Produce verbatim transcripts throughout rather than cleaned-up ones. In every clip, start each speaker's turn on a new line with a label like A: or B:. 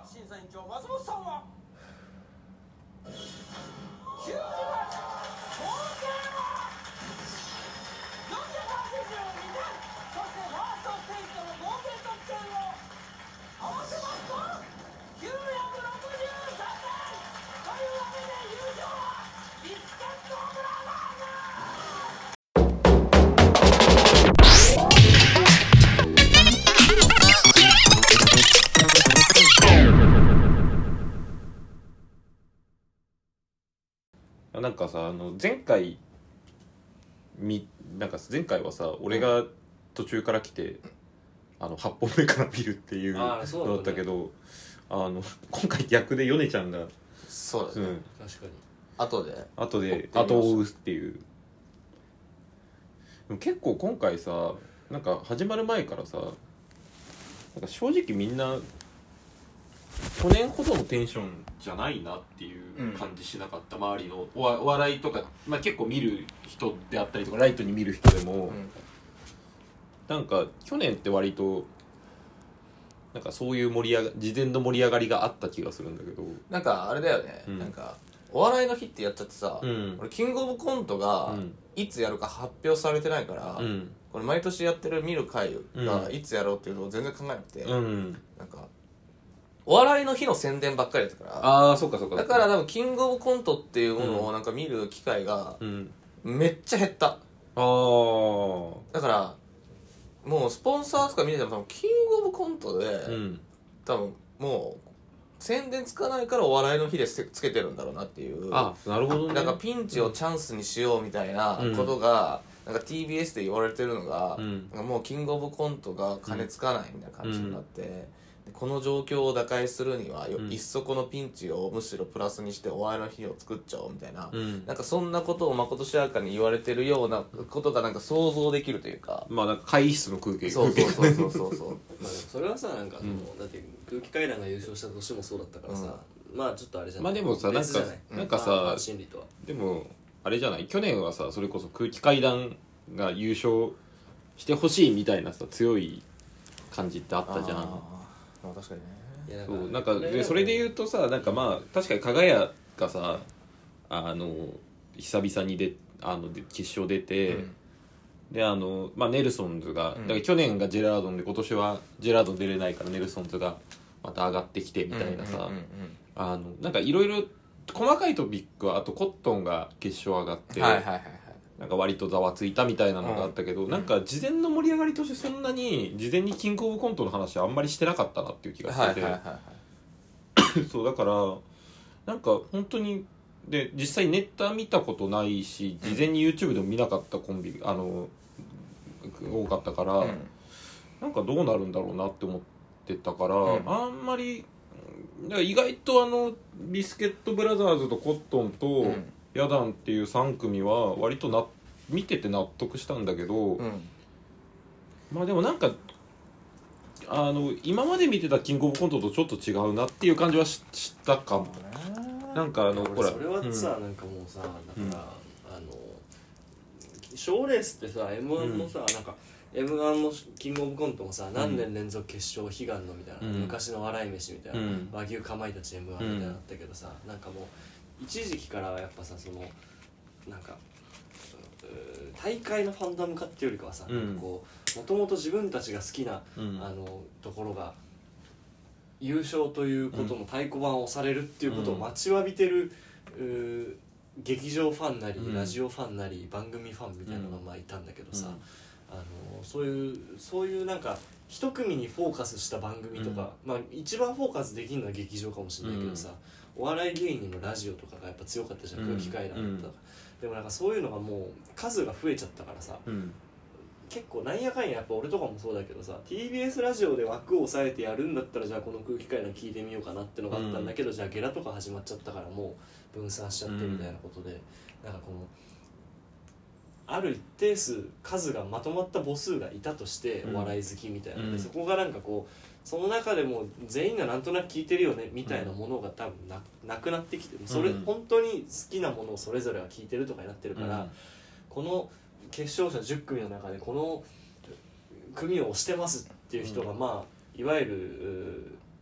A: 審査委員長松本さんはきゅうじまん、合計はよんひゃくはちじゅうにてん、そしてファーストステージとの合計得点を合わせますときゅうひゃくろくじゅうさんてんというわけで優勝はビスケットブラザーズ。
B: なんかさ、あの前回みなんか前回はさ、俺が途中から来てあのはっぽんめから見るっていうのだったけど、あの今回逆でヨネちゃんが
C: そうだね、うん、
D: 確かに
C: 後で
B: 後で後を追うっていう。でも結構今回さ、なんか始まる前からさ、なんか正直みんな去年ほどのテンションじゃないなっていう感じしなかった、うん、周りの お, お笑いとか、まあ、結構見る人であったりとかライトに見る人でも、うん、なんか去年って割となんかそういう盛り上が事前の盛り上がりがあった気がするんだけど、
C: なんかあれだよね、うん、なんかお笑いの日ってやっちゃってさ、うん、俺キングオブコントがいつやるか発表されてないから、うん、これ毎年やってる見る回がいつやろうっていうのを全然考えなくて、うん、なんかお笑いの日の宣伝ばっかりやったから、
B: ああ、そうかそうか。
C: だから多分キングオブコントっていうものをなんか見る機会がめっちゃ減った、うん、ああだからもうスポンサーとか見てても多分キングオブコントで、うん、多分もう宣伝つかないからお笑いの日でつけてるんだろうなっていう。
B: あ、なるほどね。
C: なんかピンチをチャンスにしようみたいなことが、うん、なんか ティービーエス で言われてるのが、うん、もうキングオブコントが金つかないみたいな感じになって、うんこの状況を打開するには、うん、いっそこのピンチをむしろプラスにしてお笑いの日を作っちゃおうみたいな、うん、なんかそんなことをまことしやかに言われてるようなことがなんか想像できるというか、
B: まあなんか会議室の空気
C: そうそうそうそうそうそう
D: まあそれはさなんか、うん、だって空気階段が優勝した年もそうだったからさ、うん、まあちょっとあれじゃない、
B: まあでもさなんかなんかさ、
D: 心理とは
B: でもあれじゃない、去年はさそれこそ空気階段が優勝してほしいみたいなさ強い感じってあったじゃん。
C: ああ確かにね。
B: そうなんかでそれで言うとさ、なんかまあ確かに加賀谷がさあの久々にであの決勝出て、うん、であの、まあ、ネルソンズが、うん、だから去年がジェラードンで今年はジェラードン出れないからネルソンズがまた上がってきてみたいなさ、あのなんかいろいろ細かいトピックはあとコットンが決勝上がって、はいはいはいはい、なんか割とざわついたみたいなのがあったけど、うん、なんか事前の盛り上がりとしてそんなに事前にキングオブコントの話はあんまりしてなかったなっていう気がしてて、はいはいはいはい、そうだからなんか本当にで実際ネタ見たことないし事前に YouTube でも見なかったコンビあの多かったから、うん、なんかどうなるんだろうなって思ってたから、うん、あんまりだから意外とあのビスケットブラザーズとコットンと、うんヤダンっていうさん組は割とな見てて納得したんだけど、うん、まあでもなんかあの今まで見てたキングオブコントとちょっと違うなっていう感じは し, したかも。なんかあのほら
D: それはさ、うん、なんかもうさだから、うん、あの賞レースってさ エムワン もさ、うん、なんか エムワン もキングオブコントもさ、うん、何年連続決勝悲願のみたいな、うん、昔の笑い飯みたいな、うん、和牛かまいたち エムワン みたいなのあったけどさ、うん、なんかもう一時期からはやっぱさそのなんか大会のファンダム化っていうよりかはさ、うん、なんかこうもともと自分たちが好きな、うん、あのところが優勝ということの太鼓判を押されるっていうことを待ちわびてる、うん、劇場ファンなり、うん、ラジオファンなり番組ファンみたいなのがまあいたんだけどさ、うん、あのそういうそういうなんか一組にフォーカスした番組とか、うん、まあ一番フォーカスできるのは劇場かもしれないけどさ、うん、お笑い芸人のラジオとかがやっぱ強かったじゃん、うん、空気階段だった、うん、でもなんかそういうのがもう数が増えちゃったからさ、うん、結構なんやかんややっぱ俺とかもそうだけどさ ティービーエス ラジオで枠を抑えてやるんだったらじゃあこの空気階段聞いてみようかなってのがあったんだけど、うん、じゃあゲラとか始まっちゃったからもう分散しちゃってみたいなことで、うん、なんかこのある一定数数がまとまった母数がいたとしてお笑い好きみたいなので、うん、そこがなんかこうその中でも全員がなんとなく聞いてるよねみたいなものが多分 な, なくなってきて、それ、うん、本当に好きなものをそれぞれは聞いてるとかになってるから、うん、この決勝者じゅっ組の中でこの組を推してますっていう人が、まあいわゆる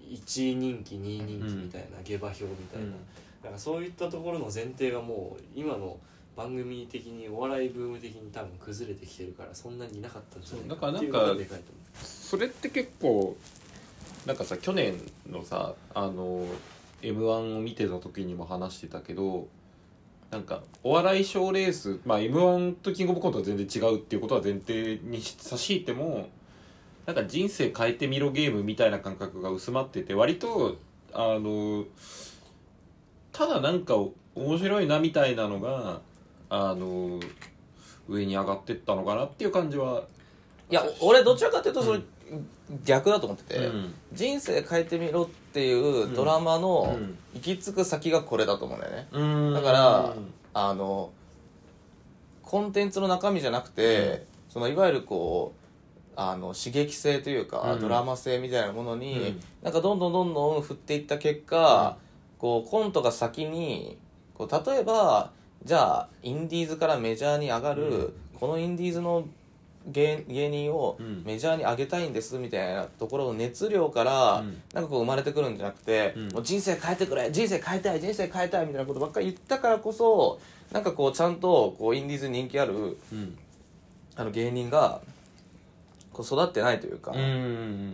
D: いち人気に人気みたいな、うん、下馬評みたいな、うん、なんかそういったところの前提がもう今の番組的にお笑いブーム的に多分崩れてきてるからそんなにいなかったんじゃないかっていうのがでかいと思う。
B: それって結構なんかさ去年のさあの エムワン を見てた時にも話してたけどなんかお笑い賞レース、まあ、エムワン とキングオブコントは全然違うっていうことは前提に差し引いてもなんか人生変えてみろゲームみたいな感覚が薄まってて割とあのただなんか面白いなみたいなのがあの上に上がってったのかなっていう感じはい
C: や俺どちらかというとそれ、うん、逆だと思ってて、うん、人生変えてみろっていうドラマの行き着く先がこれだと思うんだよね、うん、だからあのコンテンツの中身じゃなくて、うん、そのいわゆるこうあの刺激性というか、うん、ドラマ性みたいなものに、うん、なんかどんどんどんどん振っていった結果、うん、こうコントが先にこう例えばじゃあインディーズからメジャーに上がる、うん、このインディーズの 芸, 芸人をメジャーに上げたいんですみたいなところの熱量から、うん、なんかこう生まれてくるんじゃなくて、うん、もう人生変えてくれ人生変えたい人生変えたいみたいなことばっかり言ったからこそなんかこうちゃんとこうインディーズに人気ある、うん、あの芸人がこう育ってないというか、うんうんうん、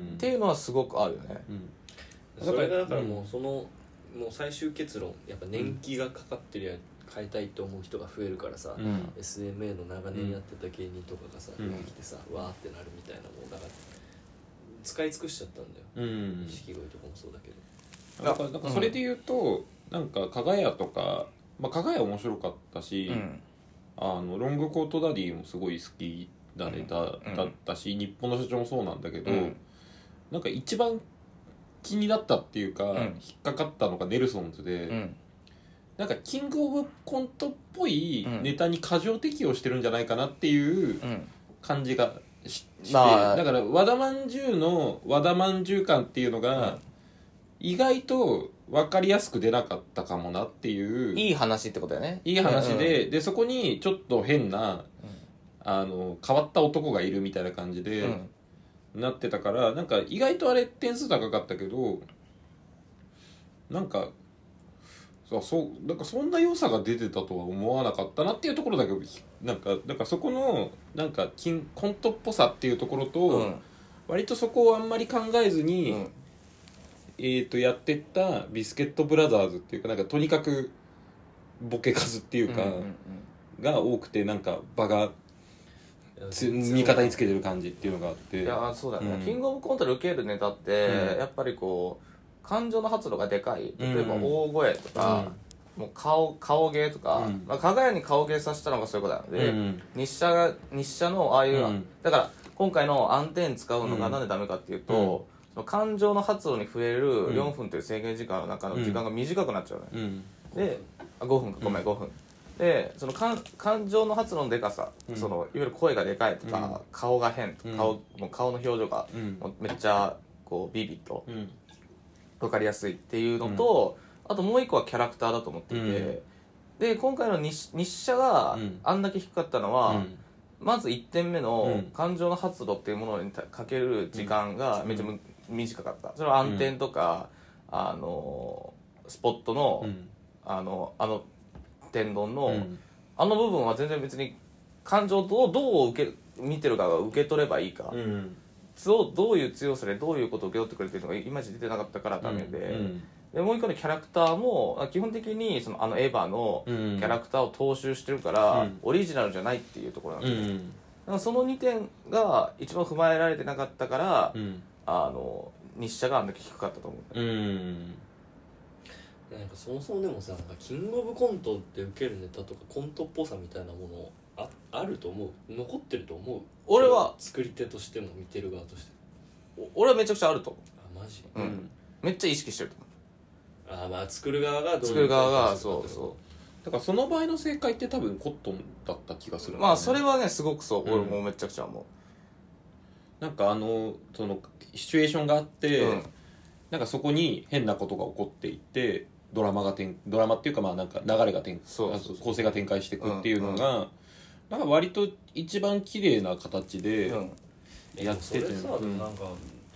C: っていうのはすごくあるよね、
D: うん、それがだからもうその、もう最終結論やっぱ年季がかかってるや変えたいと思う人が増えるからさ、うん、エスエムエー の長年やってた芸人とかがさ、うん、出てきてさわーってなるみたいなもうだから使い尽くしちゃったんだよ、うん、錦鯉とかもそうだけど
B: だからなんかそれで言うと、うん、なんかかがやとか、まあ、かがや面白かったし、うん、あのロングコートダディもすごい好きなネタだったし、うん、日本の社長もそうなんだけど、うん、なんか一番気になったっていうか、うん、引っかかったのがネルソンズで、うん、なんかキングオブコントっぽいネタに過剰適応してるんじゃないかなっていう感じが し,、うん、して、まあ、だから和田まんじゅうの和田まんじゅう感っていうのが意外と分かりやすく出なかったかもなっていう
C: いい話ってことだよね
B: いい話で、うん、でそこにちょっと変な、うん、あの変わった男がいるみたいな感じで、うん、なってたからなんか意外とあれ点数高かったけどなんかそうなんかそんな良さが出てたとは思わなかったなっていうところだけどなんかだからそこのなんかコントっぽさっていうところと、うん、割とそこをあんまり考えずに、うん、えーとやってったビスケットブラザーズっていうかなんかとにかくボケ数っていうか、うんうんうん、が多くてなんか場が味方につけてる感じっていうのがあって
C: いやそうだね、うん、キングオブコントで受けるネタって、うん、やっぱりこう感情の発露がでかい例えば大声とか、うん、もう 顔, 顔芸とか、うんまあ、かがやに顔芸させたのがそういうことなので、うん、日社が日社のああいう、うん、だから今回の暗転使うのがなんでダメかっていうと、うん、その感情の発露に触れるよんぷんという制限時間の中の時間が短くなっちゃうのね、うん、であごふんかごめんごふんでその感感情の発露のでかさ、うん、そのいわゆる声がでかいとか、うん、顔が変とか、うん、顔, もう顔の表情が、もうめっちゃこうビビッと、うん分かりやすいっていうのと、うん、あともう一個はキャラクターだと思っていて、うん、で今回の 日, 日社があんだけ低かったのは、うん、まずいってんめの感情の発露っていうものにかける時間がめっちゃ短かったそれは暗転とか、うん、あのスポットの、うん、あのあの天丼の、うん、あの部分は全然別に感情をどうどう受け見てるかが受け取ればいいか、うんどういう強さでどういうことを受け取ってくれてるのがいまいち出てなかったからダメで、うんうん、でもう一個のキャラクターも基本的にそのあのエヴァのキャラクターを踏襲してるから、うん、オリジナルじゃないっていうところなんですよ、うん、だからそのにてんが一番踏まえられてなかったから、うん、あの日社があんだけ低かったと思う、うん、
D: なんかそもそもでもさなんかキングオブコントって受けるネタとかコントっぽさみたいなものあ, あると思う残ってると思う
C: 俺は
D: 作り手としても見てる側として
C: 俺はめちゃくちゃあると思う
D: あマジ、
C: うん、めっちゃ意識してると
D: 思うあまあ作る側がどういう
C: 作る側がそうそう
B: だからその場合の正解って多分コットンだった気がする、ね、
C: まあそれはねすごくそう、うん、俺もめちゃくちゃ思
B: うなんかあのそのシチュエーションがあって、うん、なんかそこに変なことが起こっていってドラマが展ドラマっていうかまあなんか流れが展そうそうそう構成が展開していくっていうのが、うんうんなんか割と一番綺麗な形でやってて、
D: うん、それさ、うん、なんかあ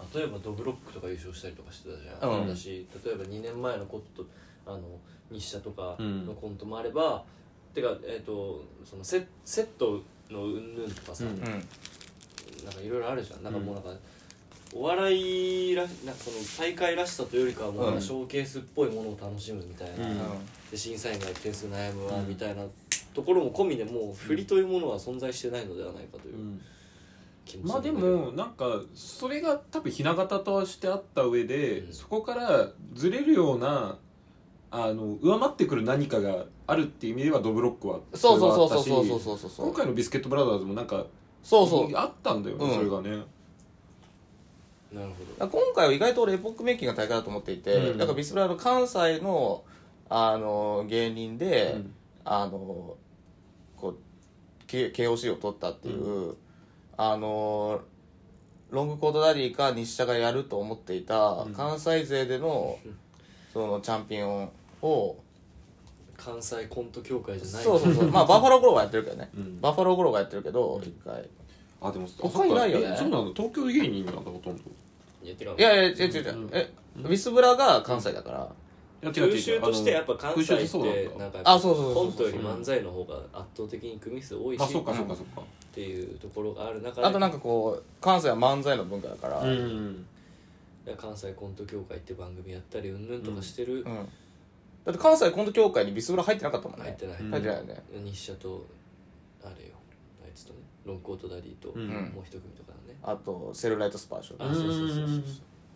D: 例えばドブロックとか優勝したりとかしてたじゃん、うん、だし例えばにねんまえのコントあの日社とかのコントもあれば、うん、てか、えー、とそのセセットのうんぬんとかさ、うん、なんかいろいろあるじゃん。なんかもうなんか、うん、お笑いらなんかその大会らしさというよりかはもうなんかショーケースっぽいものを楽しむみたいな、うん、で審査員が点数悩むわみたいなところも込みでもう振りというものは存在してないのではないかという、うん
B: まあでもなんかそれが多分ひな形としてあった上で、うん、そこからずれるようなあの上回ってくる何かがあるっていう意味ではドブロックは
C: そうそうそうそうそうそうそう
B: 今回のビスケットブラザーズもなんか
C: そうそう
B: あったんだよね、うん、それがね。
D: なるほど。
C: 今回は意外と俺エポックメイキングが大会だと思っていて、うん、だからビスブラの関西のあの芸人で、うん、あのこう ケーオーシー を取ったっていう、うんあのロングコートダディか日社がやると思っていた関西勢での、うん、そのチャンピオンを
D: 関西コント協会じゃない
C: そうそうそうまあバファローゴローがやってるけどね、うん、バファローゴローがやってるけど一、うん、回
B: あでも
C: 他いないよね。
B: そうなの東京芸人なんだほとんど。
C: いやいや違う違う違う、うん、えウィスブラが関西だから、うん
D: 風習としてやっぱ関西ってなんかコントより漫才の方が圧倒的に組数多いし、
B: あそうかそうかそうか
D: っていうところがある中で
C: あとなんかこう関西は漫才の文化だから、うん、
D: 関西コント協会って番組やったりうんぬんとかしてる、うんうん、
C: だって関西コント協会にビスブラ入ってなかったもんね。
D: 入ってない
C: 入ってないよね。
D: 日社とあれよあいつとねロングコートダディと、うん、もう一組とかだね。
C: あとセルライトスパーション。
D: あそうそうそうそうそう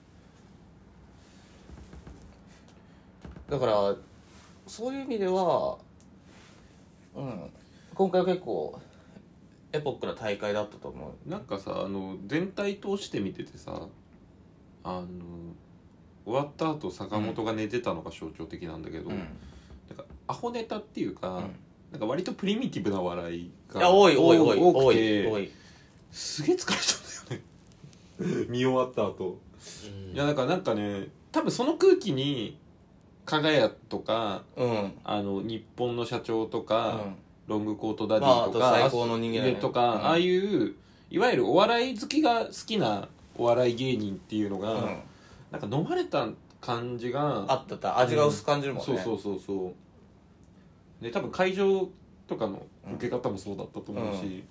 C: だからそういう意味では、うん、今回は結構エポックな大会だったと思
B: う。なんかさあの全体通して見ててさあの終わった後坂本が寝てたのが象徴的なんだけど、うん、なんかアホネタっていうか、うん、なんか割とプリミティブな笑いが
C: 多い多い多い
B: 多くて多いすげえ疲れちゃうんだよね見終わった後、うん、いやなんかなんかね多分その空気に加賀屋とか、うん、あの日本の社長とか、うん、ロングコートダディとか、まあ、
C: 最高の人間、ね、
B: とか、うん、ああいういわゆるお笑い好きが好きなお笑い芸人っていうのが、うん、なんか飲まれた感じが
C: あったった味が薄く感じるもんね、
B: うん、そうそうそうそうで多分会場とかの受け方もそうだったと思うし、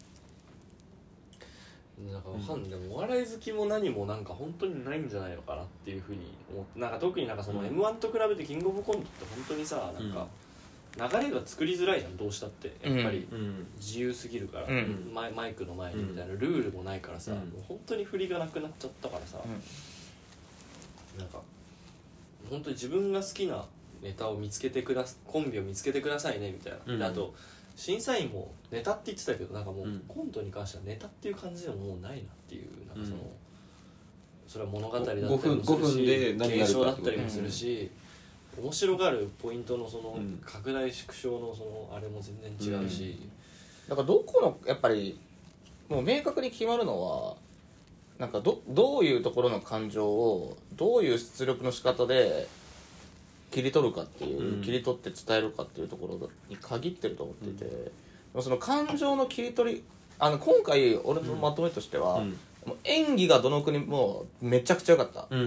D: なんかわかんない、でもお笑い好きも何もなんか本当にないんじゃないのかなっていうふうに思って、なんか特になんかその エムワン と比べてキングオブコントって本当にさなんか流れが作りづらいじゃんどうしたってやっぱり自由すぎるから、うん、マイ、マイクの前にみたいなルールもないからさ、うん、もう本当に振りがなくなっちゃったからさ、うん、なんか本当に自分が好きなネタを見つけてくだコンビを見つけてくださいねみたいな、うん、であと審査員もネタって言ってたけどなんかもうコントに関してはネタっていう感じでももうないなっていうなんかその、うん、それは物語だったりもするし継承だったりもするし、うん、面白がるポイントのその拡大縮小のそのあれも全然違うし、うん、
C: だからどこのやっぱりもう明確に決まるのはなんか ど, どういうところの感情をどういう出力の仕方で切り取るかっていう、うん、切り取って伝えるかっていうところに限ってると思っていて、うん、その感情の切り取りあの今回俺のまとめとしては、うん、もう演技がどの国もめちゃくちゃ良かった、うん、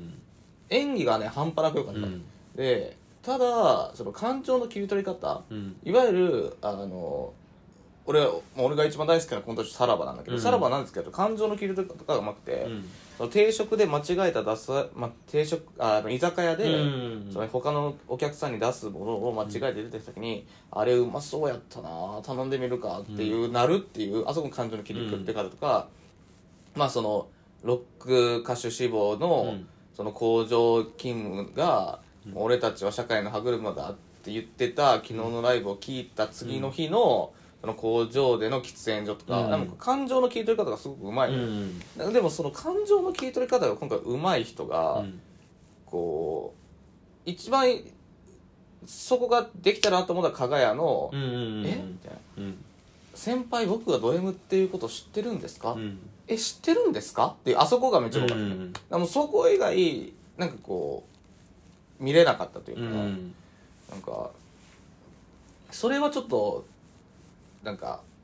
C: 演技がね半端なく良かった、うん、でただその感情の切り取り方、うん、いわゆるあの俺俺が一番大好きなコント師さらばなんだけど、うん、さらばなんですけど感情の切り取り方がうまくて、うんその定食で間違えた出す、ま、定食あの居酒屋で、うん、その他のお客さんに出すものを間違えて出てきた時に、うん、あれうまそうやったな頼んでみるかっていう、うん、なるっていうあそこの感情の切り取って方とか、うん、まあそのロック歌手志望の、うん、その工場勤務が、うん、俺たちは社会の歯車だって言ってた昨日のライブを聞いた次の日の、うんその工場での喫煙所とか、うん、でも感情の切り取り方がすごくうまい、うん、でもその感情の切り取り方が今回うまい人が、うん、こう一番そこができたなと思ったら加賀屋の、うんうんうん、えみたいな、うん、先輩僕がド M っていうこと知ってるんですか、うん、え知ってるんですかっていうあそこがめっちゃ良かった、うんうん、でもそこ以外なんかこう見れなかったというか、うん、なんかそれはちょっとなんか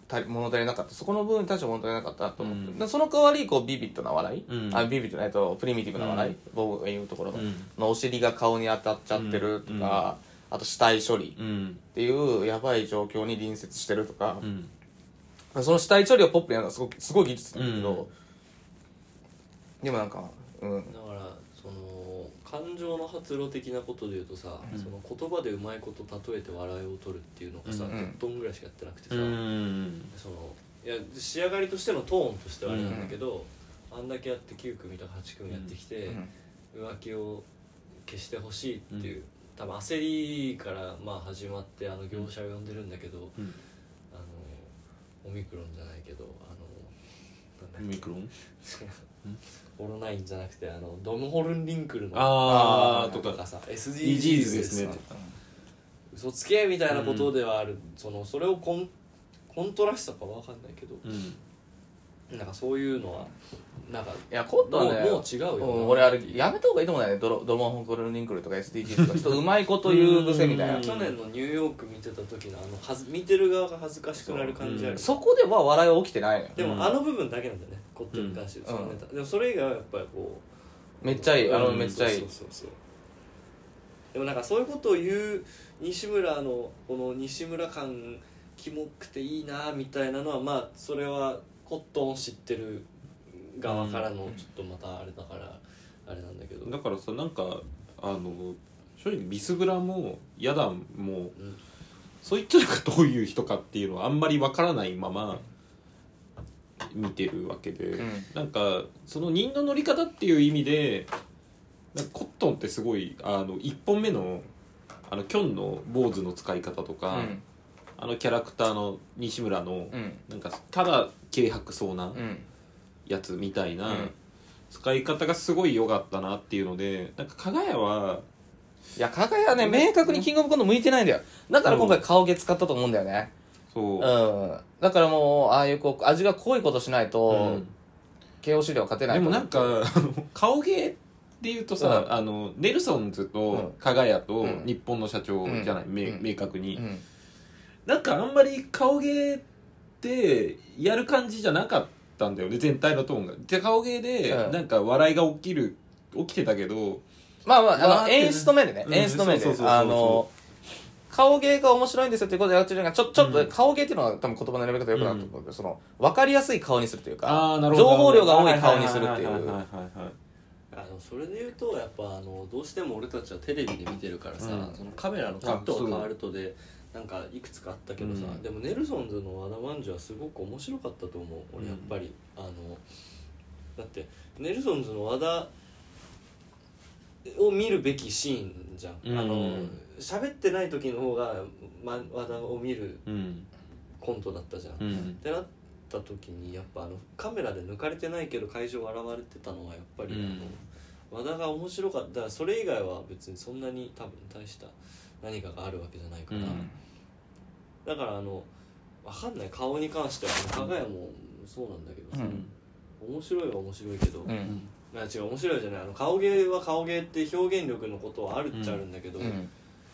C: 足り物足りなかったそこの部分に対しては物足りなかったなと思って、
B: うん
C: でその代わりこうビビッドな笑い、
B: うん
C: あビビッドなえっとプリミティブな笑い、
B: うん
C: 僕が言うところの,、
B: うん
C: のお尻が顔に当たっちゃってるとか、あと死体処理
B: うん
C: っていうやばい状況に隣接してるとか、
B: うん
C: その死体処理をポップにやるのはすごくすごい技術なんだけど、
B: うん
C: でもなんかうん
D: だからその感情の発露的なことで言うとさ、
B: うん
D: その言葉でうまいこと例えて笑いを取るっていうのがさ、
B: うん
D: じゅっトンぐらいしかやってなくてさ、
B: うん
D: そのいや仕上がりとしてのトーンとしてはあれなんだけど、あんだけやってきゅう組とかはち組やってきて、浮気を消してほしいっていう、多分焦りからまあ始まってあの業者を呼んでるんだけど、
B: うん
D: あのオミクロンじゃないけどあのなんだっけ
B: オミクロン
D: オロナインじゃなくてあのドムホルンリンクルの
B: あーとか
D: とかさ エスディー
B: イージーズ
D: ジーズでね
B: ですすね
D: 嘘つけみたいなことではある、そのそれをコンコントラストかわかんないけど、
B: うん
D: なんかそういうのはなんか
C: いやコットはね
D: もうもう違うよな、
C: うん俺あれやめた方がいいと思うんだよねドロドロマンホンコルリンクルとか エスディージー とかちょっとうまいこと言う癖みたいな
B: うん
D: 去年のニューヨーク見てた時のあのはず見てる側が恥ずかしくなる感じある、
B: うん
C: そこでは笑いは起きてないのよ
D: でもあの部分だけなんだよねコットに関して、
C: ん
D: そのネタでもそれ以外はやっぱりこう
C: めっちゃいいあの
B: うん
C: めっちゃいい
D: そうそうそうでもなんかそういうことを言う西村のこの西村感キモくていいなみたいなのはまあそれはコットンを知ってる側からのちょっとまたあれだからあれなんだけど、
B: だからさなんかあの正直ビスブラもヤダンも
D: うん
B: そいつらがどういう人かっていうのはあんまりわからないまま見てるわけで、
C: うん
B: なんかその人の乗り方っていう意味でなんかコットンってすごいあのいっぽんめのあのキョンの坊主の使い方とか、
C: うん
B: あのキャラクターの西村の
C: うん
B: なんかただ軽薄そうな
C: うん
B: やつみたいな
C: うん
B: 使い方がすごい良かったなっていうので、なんか加賀谷はい
C: や加賀谷はね明確にキングオブコント向いてないんだよだから今回顔毛使ったと思うんだよね
B: そう、
C: うんだからもうああいうこう味が濃いことしないと、
B: うん
C: ケーオー 資料勝てない
B: でもなんか
C: と思って
B: あの顔芸っていうとさ、
C: うん
B: あのネルソンズ
C: うん
B: と加賀谷と
C: うん
B: 日本の社長じゃない、
C: うん
B: め
C: うん
B: 明確に、
C: うん
B: なんかあんまり顔芸ってやる感じじゃなかったんだよね全体のトーンがで顔芸で
C: うん
B: なんか笑いが起きる起きてたけど
C: まあまあ、あの
B: わーって
C: 演出の面でね、
B: うん
C: 演出の面で
B: そうそうそうそう
C: あの顔芸が面白いんですよっていうことでやってるのがちょちょっと、
B: うん
C: 顔芸っていうのは多分言葉の選び方よくなると思うけど、その分かりやすい顔にするというか
B: あーなるほど
C: 情報量が多い顔にするっていう
B: はいはいはいはいはい
D: あのそれで言うとやっぱあのどうしても俺たちはテレビで見てるからさ、
B: うん
D: そのカメラのカットが変わるとでなんかいくつかあったけどさ、
B: うん
D: でもネルソンズの和田まんじゅうはすごく面白かったと思う俺やっぱり、あのだってネルソンズの和田を見るべきシーンじゃん、
B: うん
D: あの喋ってない時の方が、ま、和田を見る
B: うん
D: コントだったじゃん、っ
B: うん
D: てなった時にやっぱあのカメラで抜かれてないけど会場笑われてたのはやっぱり、
B: うん
D: あの和田が面白かっただからそれ以外は別にそんなに多分大した何かがあるわけじゃないから、
B: うん
D: だからあの分かんない顔に関しては加賀谷もそうなんだけどさ、面白いは面白いけど、
C: うんうん
D: まあ違う面白いじゃないあの顔芸は顔芸って表現力のことはあるっちゃあるんだけど、
C: うん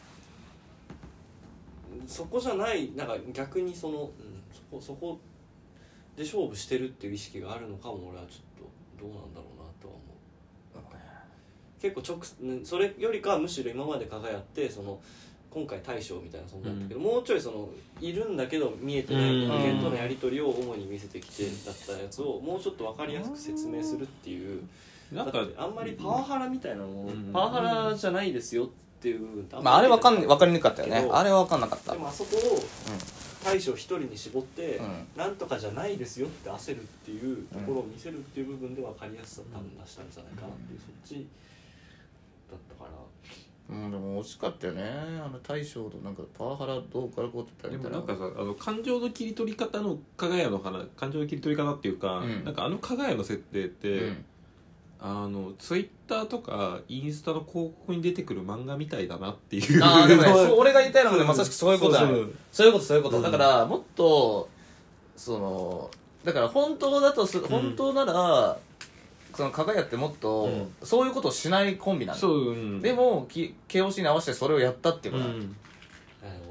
D: そこじゃないなんか逆にその、うん、そこそこで勝負してるっていう意識があるのかも俺はちょっとどうなんだろうなとは思う結構直それよりかはむしろ今まで加賀谷ってその今回大将みたいな存在だったけど、もうちょいそのいるんだけど見えてない人間とのやり取りを主に見せてきてだったやつをもうちょっと分かりやすく説明するっていう
B: なんか
D: だってあんまりパワハラみたいなのを、
B: うん
D: パワハラじゃないですよっていう部分って
C: まああれ分かん
D: ない
C: 分かりにくかったよね
D: けど
C: あれは分かんなかった
D: でもあそこを大将一人に絞って、
C: うん
D: なんとかじゃないですよって焦るっていうところを見せるっていう部分で分かりやすさ多分出したんじゃないかなっていう、そっちだったから
C: うんでも惜しかったよねあの大将となんかパワハラどうからこうって
B: で
C: 言ったら
B: もなんかさあの感情の切り取り方の加賀谷の話感情の切り取り方っていうか、
C: うん
B: なんかあの加賀谷の設定って、
C: うん
B: あのツイッターとかインスタの広告に出てくる漫画みたいだなっていう
C: ああでもねそう俺が言いたいのはねまさしくそういうことだ
B: そう
C: ねそういうことそういうこと、
B: うん
C: だからもっとそのだから本当だとす、
B: ん
C: 本当ならその加賀谷ってもっと、
B: うん
C: そういうことをしないコンビなんだ
B: そう、うん、
C: でもき ケーオーシー に合わせてそれをやったっていうことだ、
B: うん
D: あの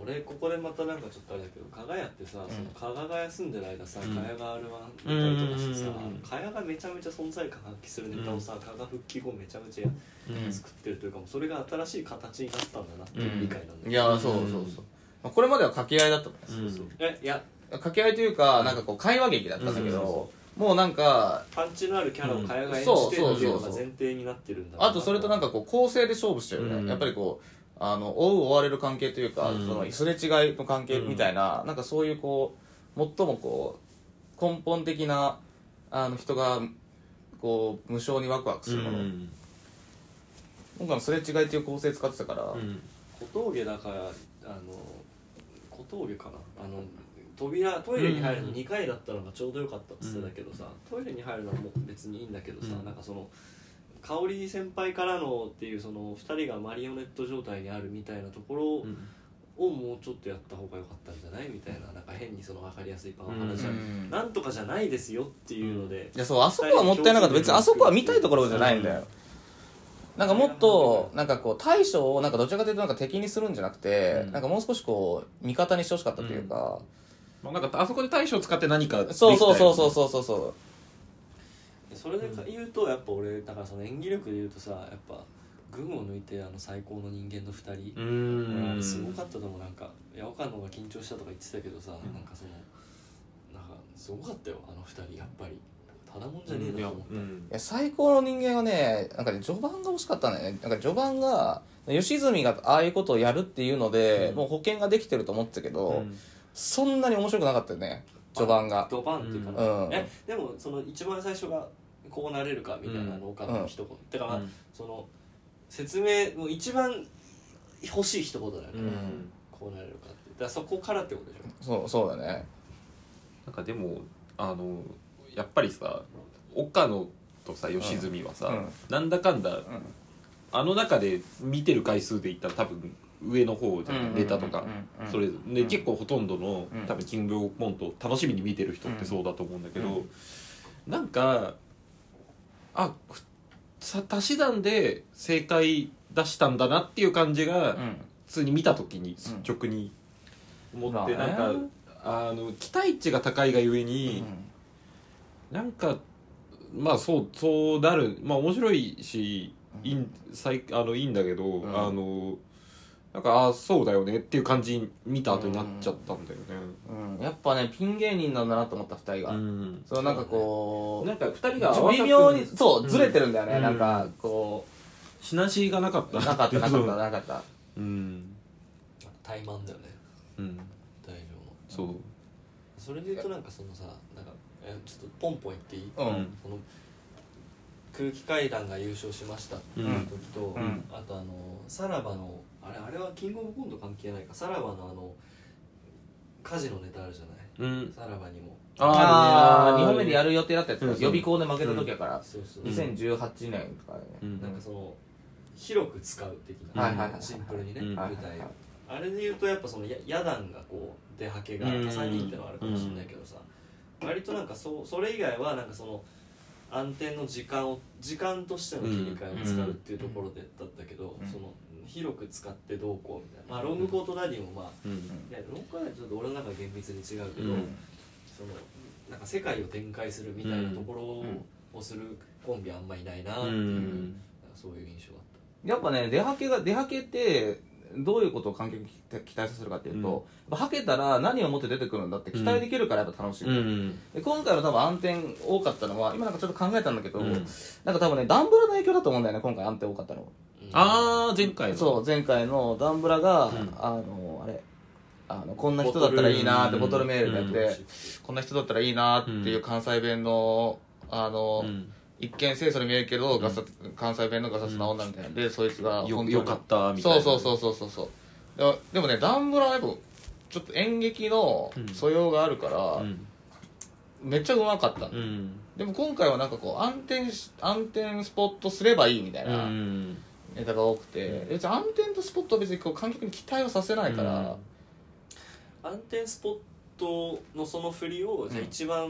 D: 俺ここでまたなんかちょっとあれだけど加賀屋ってさ、
C: ん
D: その加賀が休んでる間さ、
B: うん
D: 加賀が アールワン 出たりとかしてさ、
B: うん
D: 加賀がめちゃめちゃ存在感発揮するネタをさ、加賀復帰後めちゃめちゃ
B: うん
D: 作ってるというか、もうそれが新しい形になったんだなっていう理解なんだけど、
C: いやそうそうそう、まあ、これまでは掛け合いだったんです、
B: うん
C: そうそう
D: えいや
C: 掛け合いというかなんかこう会話劇だったんだけど、
B: うんそうそ
C: もうなんか
D: パンチのあるキャラを加賀が演
C: うん
D: じてるっていうのが
C: そうそうそうそう
D: 前提になってるんだな。
C: あとそれとなんかこう構成で勝負してるよね、
B: うん
C: やっぱりこうあの追う追われる関係というか、
B: うん
C: そのすれ違いの関係みたいな、なんかそういうこう最もこう根本的なあの人がこう無性にワクワクするもの、
B: うん
C: 今回もすれ違いっていう構成使ってたから、
B: うん
D: 小峠だからあの小峠かな、あの扉トイレに入るのにかいだったのがちょうどよかったって言ってたけどさ、トイレに入るのはもう別にいいんだけどさ、
B: うん
D: なんかその香織先輩からのっていうそのふたりがマリオネット状態にあるみたいなところ
B: うん
D: をもうちょっとやった方が良かったんじゃないみたいな、なんか変にその分かりやすいパワハラじゃ、
C: うん
D: なんとかじゃないですよっていうので、
C: いやそうあそこはもったいなかった別にあそこは見たいところじゃないんだよ、なんかもっとなんかこう対処をなんかどちらかというとなんか敵にするんじゃなくて、
B: うん
C: なんかもう少しこう味方にしてほしかったというか、
B: まあ、なんかあそこで大将を使って何かできた
C: そうそうそうそう
B: う
C: そうそうそう
D: それで言うとやっぱ俺だからその演技力で言うとさ、やっぱ群を抜いてあの最高の人間のふたり、
B: うーん
D: すごかったと思う。なんかいや岡野が緊張したとか言ってたけどさ、
B: うん
D: なんかそのなんかすごかったよあのふたりやっぱりただもんじゃねえ
B: いや
D: なと思った、
B: うん
C: いや最高の人間はねなんかね序盤が惜しかったんだよね。なんか序盤が吉住がああいうことをやるっていうので、
B: うん
C: もう保険ができてると思ってたけど、
B: うん
C: そんなに面白くなかったよね序盤が。
D: ドバンっていうかな、
C: うん
D: えでもその一番最初がこうなれるかみたいなの岡野の一言、だから、
B: うん
D: その説明もう一番欲しい一言だよね、
B: うん
D: こうなれるかってだからそこからってことでしょ。
C: そうそうだね。
B: なんかでもあのやっぱりさ岡野とさ吉住はさ、
C: うん
B: なんだかんだ
C: うん
B: あの中で見てる回数で言ったら多分上の方じゃない、
C: うん
B: ネタとか、
C: うん
B: それで、
C: うん
B: 結構ほとんどの、
C: うん
B: 多分キングオブコント楽しみに見てる人ってそうだと思うんだけど、
C: うん
B: なんかあふさ足し算で正解出したんだなっていう感じが、
C: うん
B: 普通に見た時に率直に思って、
C: まあね
B: なんかあの期待値が高いがゆえに、なんかまあそうそうなるまあ面白いし、
C: うん
B: いいん最あのいいんだけど、
C: ん
B: あのなんかあそうだよねっていう感じに見た後になっちゃったんだよね。
C: うん、うん、やっぱねピン芸人なんだなと思ったふたりが、
B: うん
C: そうなんかこう
B: なんかふたりが合わさって
C: 微妙にそうずれてるんだよね、
B: うん
C: なんかこ
B: しなしがなかった
C: うなかったなかったなかった
B: うん
D: 怠慢だよね
B: うん
D: 大丈
B: そう
D: 夫。それで言うとなんかそのさなんかえちょっとポンポン言っていい、
C: うん
D: その空気階段が優勝しましたっていう時と、
C: うん
D: あとあのさらばのあれあれはキングオブコント関係ないか、さらばのあの火事のネタあるじゃない、
B: うん
D: さらばにも
C: ああにほんめでや
B: る
C: る予定だったやつ、
B: うん
C: 予備校で負けた時やから、
D: そうそう、
C: にせんじゅうはちねんとかね、
B: うん
D: なんかその広く使う的な、
C: はいはいはい
D: シンプルにね、
B: うん
D: 舞台を、
C: はいはいはい
D: あれで言うとやっぱそのや野団がこう出はけが
B: うん
D: さんにんってのはあるかもしれないけどさ、割となんかそうそれ以外はなんかその暗転の時間を時間としての切り替えを使うっていうところでだったけど、
C: うん
D: その広く使ってどうこうみたいな、まあロングコートダディもまあ、
B: うん
D: いやロングコートダディちょっと俺の中で厳密に違うけど、
B: うん
D: そのなんか世界を展開するみたいなところをするコンビあんまいないなっていう、
B: うん
D: なんかそういう印象だった。
C: やっぱね出はけが出はけってどういうことを観客に期待させるかっていうと、
B: うん
C: やっぱはけたら何を持って出てくるんだって期待できるからやっぱ楽しい、
B: うん
C: で今回の多分暗転多かったのは今なんかちょっと考えたんだけど、
B: うん
C: なんか多分ねダンブラの影響だと思うんだよね今回暗転多かったの。
B: ああ前回の
C: そう前回のダンブラが、
B: ん
C: あのあれあのこんな人だったらいいなーってボトルメールでやって、
B: うん
C: こんな人だったらいいなーっていう関西弁のあの、
B: うん
C: 一見清楚に見えるけど、ガサ関西弁のガサツな女みたいなんで、そいつが
B: よ
C: 本当に
B: よかったみたいな
C: そうそうそうそうそうででもねダンブラはやっぱちょっと演劇の素養があるから、
B: うん
C: めっちゃうまかったの、
B: うん
C: でも今回はなんかこう暗転し暗転スポットすればいいみたいな
B: うん
C: ネタが多くて、別に暗転とスポットは別にこう観客に期待をさせないから、
B: うん
D: 暗転スポットのその振りをじゃあ一番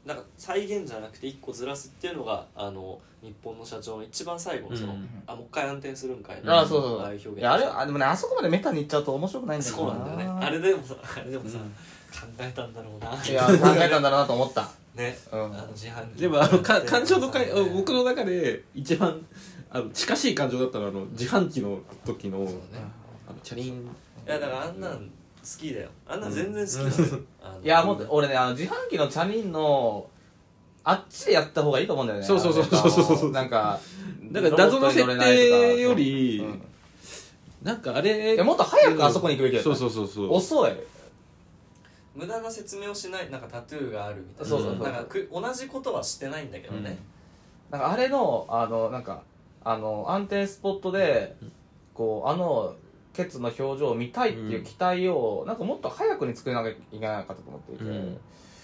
D: なんか再現じゃなくていっこずらすっていうのがあの日本の社長の一番最後のその、うん、あもう一回暗転するんかい
C: な、あそうそう
D: ああいう表現
C: いやあれあでもねあそこまでメタにいっちゃうと面白くないんだよな。
D: そうなんだよね。あれでもさあれでもさ、うん、考えたんだろうな。
C: いや考えたんだろうなと思った
D: ね、うん、あの自販機
B: でもあのか感情のかい僕の中で一番あの近しい感情だったのはあの自販機の時の、ね、あのチャリン。い
D: やだからあんなん好きだよ。あんなん全然好きだよ、
C: うん、いやもう俺ねあの自販機のチャリンのあっちでやった方がいいと思うんだよね。
B: そうそうそうそうそうそう。
C: なんか
B: だから謎の設定より、うん、なんかあれ
C: いやもっと早くあそこに行くべきだよ、
B: そうそうそうそう。
C: 遅い。
D: 無駄な説明をしない。なんかタトゥーがあるみたいな。
C: そうそうそう。
D: なんかく同じことはしてないんだけどね。
C: うん、なんかあれのあのなんかあの安定スポットでこうあのケツの表情を見たいっていう期待を、うん、なんかもっと早くに作らなきゃいけなかったと思っていて。うん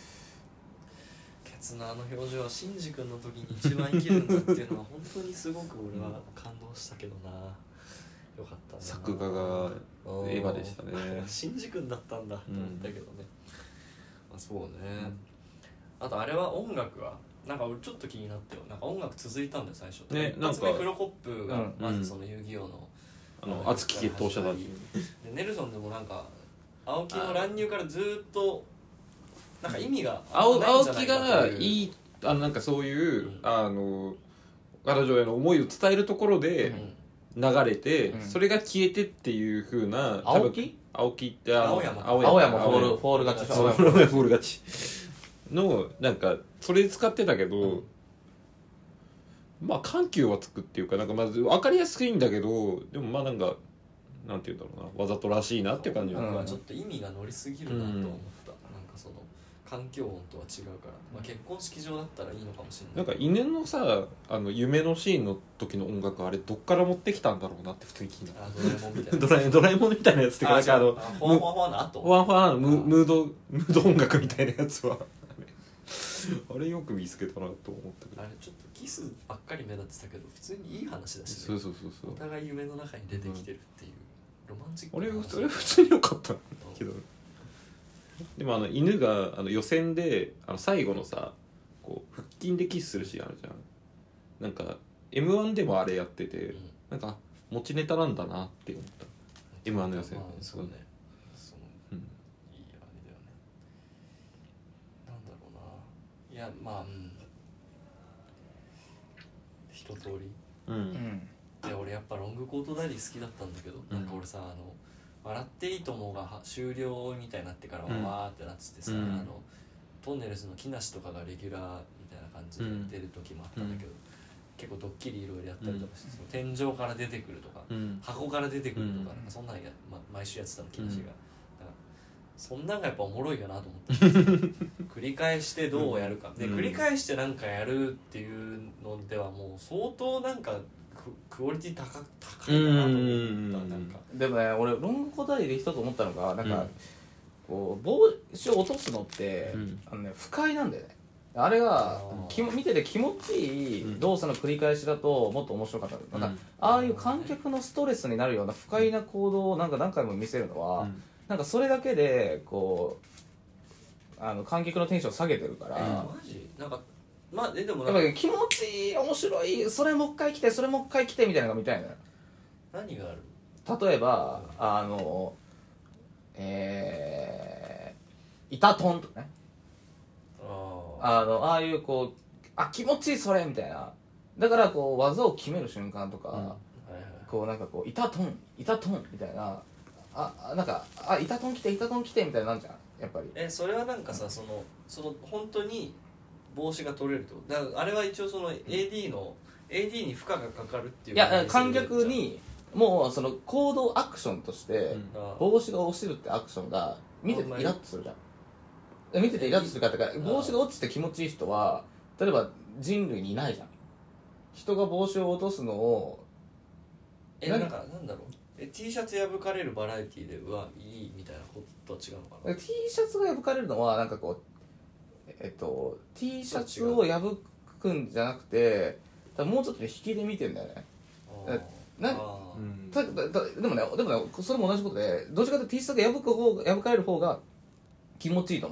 D: ケツのあの表情はシンジ君の時に一番生きるんだっていうのは本当にすごく俺は感動したけどな。よかったな。
B: 作画がエヴァでしたね。
D: シンジ君だったんだと思ったけどね、うん、まあ、そうね、うん、あとあれは音楽はなんか俺ちょっと気になったよ。なんか音楽続いたんだよ最初ね。一発目クロコップがまずその遊戯王の、
B: うん、あの熱き決闘者だで
D: ネルソンでもなんか青木の乱入からずっとなんか意味が
B: 青木がいいあのなんかそういう、うん、あの彼女への思いを伝えるところで流れて、うん、それが消えてっていう風な
C: 青木
B: 青木ってあの
D: 青山
C: 青山フォールフォール勝ち
B: 青山フォール勝ちのなんかそれ使ってたけど、うん、まあ緩急はつくっていうかなんかまず分かりやすいんだけどでもまあなんかなんていうんだろうなわざとらしいなっていう感じ
D: は、うん、ちょっと意味が乗りすぎるなと思った、うん、なんかその環境音とは違うから、まあ、結婚式場だったらいいのかもしれない。
B: なんか犬のさあの夢のシーンの時の音楽あれどっから持ってきたんだろうなって普通に気になる。
D: ドラえもんみたいな
B: ドラえドラえもんみたいなやつってかなんかあの
D: フワンフワンフワンの後
B: フワンフワンのムムードムード音楽みたいなやつはあれよく見つけたなと思ったけど。
D: あれちょっとキスばっかり目立ってたけど普通にいい話だし、ね、
B: そうそうそうそう
D: お互い夢の中に出てきてるっていう、うん、ロマンチック
B: な話。俺普通に良かったけどでもあの犬があの予選であの最後のさこう腹筋でキスするシーンあるじゃん。なんか エムワン でもあれやってて、うん、なんか持ちネタなんだなって思った エムワン の予選、
D: まあ、そうねその、うん、いいあれだよね。なんだろうないやまあうん一通り
B: うん、
D: で俺やっぱロングコートダディ好きだったんだけど、うん、なんか俺さあの笑っていいともが終了みたいになってからわーってなっててさ、うん、あのトンネルズの木梨とかがレギュラーみたいな感じで出る時もあったんだけど、うん、結構ドッキリいろいろやったりとかして、うん、その天井から出てくるとか、うん、箱から出てくるとか、うん、なんかそんなんや、ま、毎週やってたの木梨が、うん、だからそんなんがやっぱおもろいよなと思って繰り返してどうやるか、うん、で繰り返してなんかやるっていうのではもう相当なんかクオリティ 高, 高いなと思った。なんか
C: でもね俺ロングコートダディで一つ思ったのがなんか、うん、こう帽子を落とすのって、うん、あのね不快なんだよね。あれがき見てて気持ちいい動作の繰り返しだともっと面白かった、うん、なんかああいう観客のストレスになるような不快な行動をなんか何回も見せるのは、うん、なんかそれだけでこうあの観客のテンション下げてるから、
D: えー、マジなんかまあ、でも
C: なんか気持ちいい面白いそれもう一回来てそれもう一回来てみたいなのが見たいのよ。
D: 何があ
C: る例えばあのえー、イタトンとかねあのああいうこうあ気持ちいいそれみたいなだからこう技を決める瞬間とか、うんはいはい、こうなんかこうイタトンイタトンみたいなあなんかあイタトン来てイタトン来てみたいななんじゃんやっぱり。
D: えそれはなんかさ、うん、そのその本当に帽子が取れるってことだからあれは一応その エーディー の エーディー に負荷がかかるっていう
C: いや観客にもうその行動アクションとして帽子が落ちるってアクションが見ててイラッとするじゃん。見ててイラッとするかってか帽子が落ちて気持ちいい人は例えば人類にいないじゃん。人が帽子を落とすのを
D: えなんかなんだろうえ T シャツ破かれるバラエティでうわいいみたいなことは違うのかな。
C: T シャツが破かれるのはなんかこうえっと、T シャツを破くんじゃなくて多分もうちょっと引きで見てんだよね。なただだでもねでもねそれも同じことでどっちかというと T シャツが破く方が破かれる方が気持ちいいと思うのよ、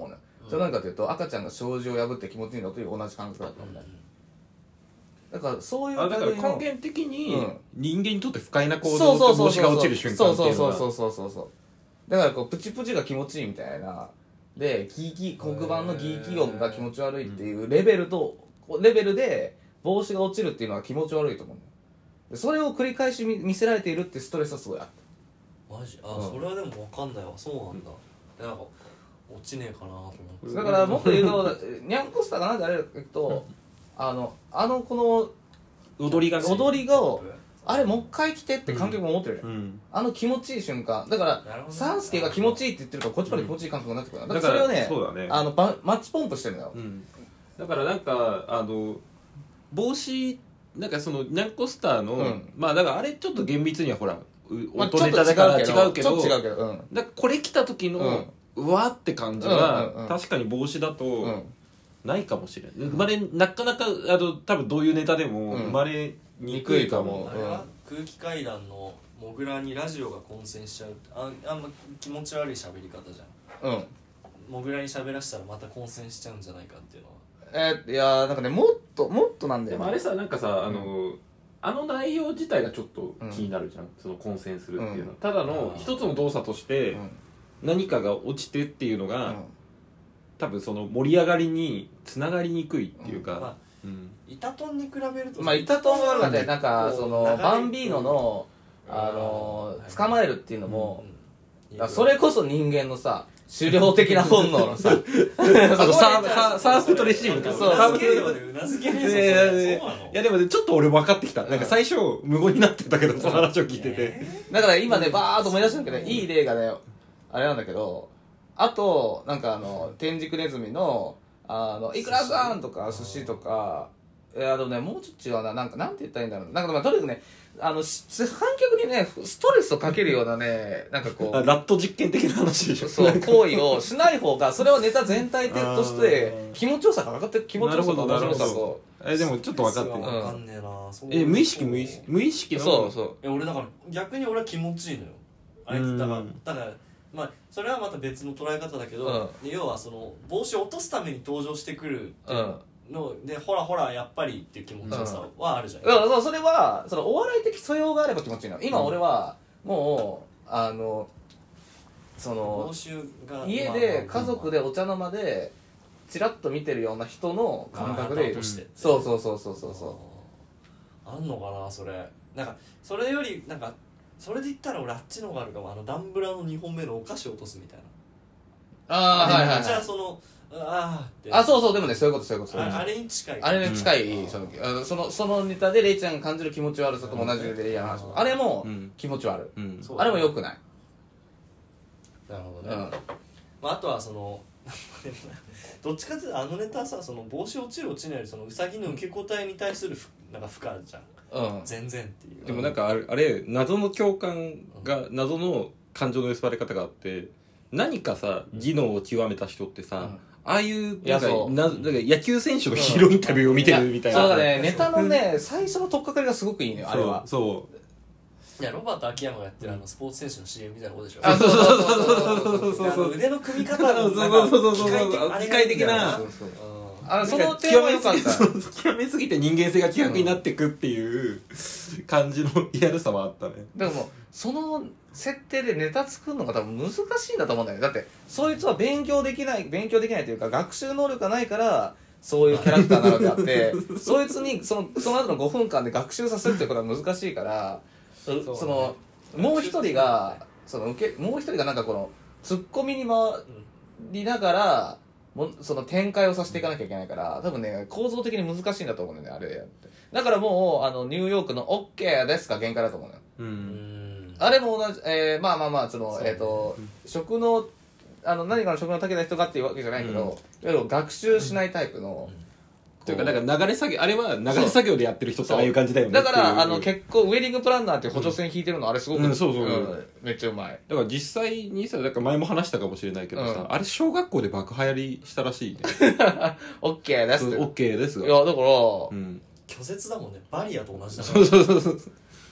C: それは何かというと赤ちゃんが障子を破って気持ちいいのという同じ感覚だったんだよ、だからそういう
B: あだから
C: 類の
B: 根源的に
C: うん
B: 人間にとって不快な行動
C: そうそうそう
B: と帽子が落ちる瞬間っていうのが
C: そうそうそうそうそうそうだからこうプチプチが気持ちいいみたいなでギーキ黒板のギーキ音が気持ち悪いっていうレベルとレベルで帽子が落ちるっていうのは気持ち悪いと思うんだよでそれを繰り返し見見せられているってストレスはすごいあった
D: マジあ、
C: うん
D: それはでも分かんないわそうなんだ、うん、なんか落ちねえかなと思って
C: だからもっと言うとニャンコスターがなんであれだけどあのあのこの
B: 踊りがね
C: 踊りがあれもう一回来てって観客も思ってるじゃん、
B: うん
C: あの気持ちいい瞬間だから
D: なるほどね
C: サンスケが気持ちいいって言ってるからこっちまで気持ちいい感覚になってくる、だから
B: だから
C: それをね
B: そうだね
C: あのバマッチポンプしてるのよ、
B: うんだからなんかあの帽子なんかそのニャンコスターの、
C: うん
B: まあだからあれちょっと厳密にはほらう
C: まあ
B: 音ネタだから違うけど
C: ちょっと違うけど、うん
B: だからこれ来た時の、うわーって感じは、
C: うんうんうん
B: 確かに帽子だと、
C: うん
B: ないかもしれない生まれなかなかあの多分どういうネタでも
C: うん
B: 生まれにくいかも、
C: うん
D: あれは空気階段のモグラにラジオが混戦しちゃうああんま気持ち悪い喋り方じゃん
C: うん
D: モグラに喋らせたらまた混戦しちゃうんじゃないかっていうのは
C: えーいやーなんかねもっともっとなんだよ
B: でもあれさなんかさあの、あの内容自体がちょっと気になるじゃん、その混戦するっていうのは、
C: うん
B: ただの一つの動作として
C: うん
B: 何かが落ちてっていうのが、
C: うん
B: 多分その盛り上がりにつながりにくいっていうか、
D: まあ
B: うん
D: イタトンに比べると
C: まあイタトンがあるからねなんかその
D: こう流れ
C: バンビーノのあ
D: うん
C: の
D: はい
C: 捕まえるっていうのも
D: うん
C: だからそれこそ人間のさ狩猟的な本能のさ
B: あのサーブサーサーブとレシーブか
C: そう
D: うなずけるようでうなずけね
B: い
D: えぞそ
B: やいやいや
D: れそうなの
B: いやでもねちょっと俺分かってきた、なんか最初無言になってたけどその話を聞いてて、
D: え
C: だから今ねバーッと思い出したんだけどいい例がねあれなんだけどあとなんかあの天竺ネズミのあのいくらさんとか寿司とかいやでもねもうちょっと違うななんかなんて言ったらいいんだろうなんかまあとにかくねあのし観客にねストレスをかけるようなねなんかこ
B: あ
C: う
B: ラット実験的な話でしょ
C: そう行為をしない方がそれはネタ全体として気持ちよさが上がって気持ちよさと面白さと
B: えでもちょっと分かってる、
D: 分かんねえなそう
B: え無意識無意識無意識の
C: そうそう
D: え俺だから逆に俺は気持ちいいのよあいつだからだからまあそれはまた別の捉え方だけど、
C: うん
D: で要はその帽子を落とすために登場してくるっていう
C: うん
D: のでほらほらやっぱりっていう気持ちよさはあるじゃん、
C: だからそうそれはそのお笑い的素養があれば気持ちいいの今俺はもうあのその
D: 帽子が
C: 家で家族でお茶の間でチラッと見てるような人の感覚で
D: あー落として
C: そうそうそうそうそうそう
D: あんのかなそれなんかそれよりなんかそれで言ったら俺あっちの方があるかもあのダンブラのにほんめのお菓子を落とすみたいな
C: ああはいはい
D: じゃあ
C: はい
D: そのあーって
C: あそうそうでもねそういうことそういうことそういうこと
D: ああれに近い
C: あれに近いそのあのそのそのネタでレイちゃんが感じる気持ち悪さと同じでレイヤーの話あれも
B: うん
C: 気持ち悪い
B: うん
D: そう
C: あれも良くない
D: なるほどね、
C: うん
D: まあ、あとはそのどっちかっていうとあのネタはさその帽子落ちる落ちないよりそのウサギの受け答えに対するふなんか負荷じゃん
C: うん
D: 全然っていう
B: でもなんかあれあれ謎の共感が謎の感情の結ばれ方があって何かさ技能を極めた人ってさ、
C: うん
B: ああいう
C: いや
B: なんか
C: そう
B: ななんか野球選手のヒーローインタビューを見てるみたいな、
C: そうだねネタのね最初の取っかかりがすごくいいのよあれは
B: そう
D: いやロバート秋山がやってるあのスポーツ選手の シーエム みたいなことでしょ
C: あそうそうそうそうそうそう
D: あの腕の組み方の
B: そうそうそうそう
D: なんか
B: 機械的な
C: そうそう
D: うん
C: あその
B: なんか
C: 点は良かった
B: 極めすぎ極めすぎて人間性が希薄になっていくっていう感じのリアルさはあったね。
C: でももうその設定でネタ作るのが多分難しいんだと思うんだよねだってそいつは勉強できない勉強できないというか学習能力がないからそういうキャラクターなのであってそいつにそのその後のごふんかんで学習させるっていうことは難しいからそ,、
D: そうね
C: そのもう一人がその受けもう一人がなんかこのツッコミに回りながらもその展開をさせていかなきゃいけないから多分ね構造的に難しいんだと思うんだよねあれやってだからもうあのニューヨークの OK ですが限界だと思うのよ
B: う。
D: うんん
C: あれも同じ、えー、まあまあまあその
D: そうね
C: えっ、と食のあの何かの食のたけた人がっていうわけじゃないけど、
B: うん
C: いわゆる学習しないタイプの、
B: というかなんか流れ作業あれは流れ作業でやってる人ってああいう感じだよね
C: だからあ
B: っていう
C: の結構ウェディングプランナーっていう補助線引いてるのあれすごく、
B: うんそうそう
C: うんめっちゃうまい
B: だから実際にさだから前も話したかもしれないけどさ、
C: うん
B: あれ小学校で爆流行りしたらしいね
C: OK ですって
B: そう OK ですが
C: いやだから、
B: うん
D: 拒絶だもんねバリアと同じだか
B: そうそうそうそう